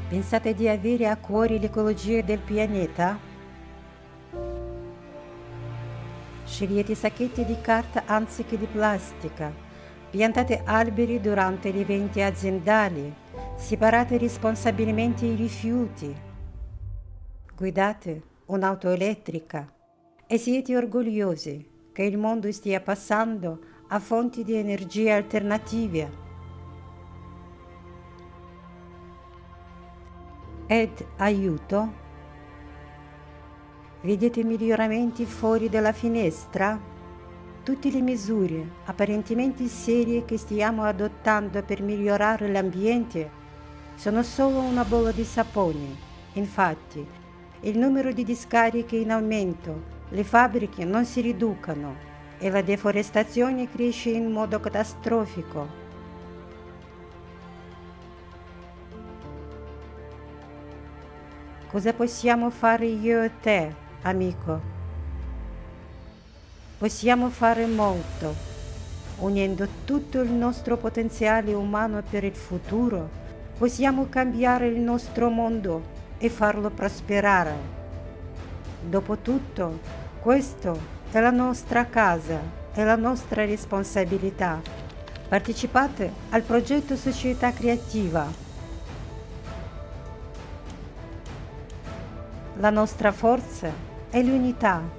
Pensate di avere a cuore l'ecologia del pianeta? Scegliete sacchetti di carta anziché di plastica. Piantate alberi durante gli eventi aziendali. Separate responsabilmente i rifiuti. Guidate un'auto elettrica e siete orgogliosi che il mondo stia passando a fonti di energia alternative. Ed aiuto? Vedete miglioramenti fuori dalla finestra? Tutte le misure apparentemente serie che stiamo adottando per migliorare l'ambiente sono solo una bolla di sapone. Infatti, il numero di discariche è in aumento, le fabbriche non si riducono e la deforestazione cresce in modo catastrofico. Cosa possiamo fare io e te, amico? Possiamo fare molto, unendo tutto il nostro potenziale umano per il futuro. Possiamo cambiare il nostro mondo e farlo prosperare. Dopotutto, questo è la nostra casa, è la nostra responsabilità. Partecipate al progetto Società Creativa. La nostra forza è l'unità.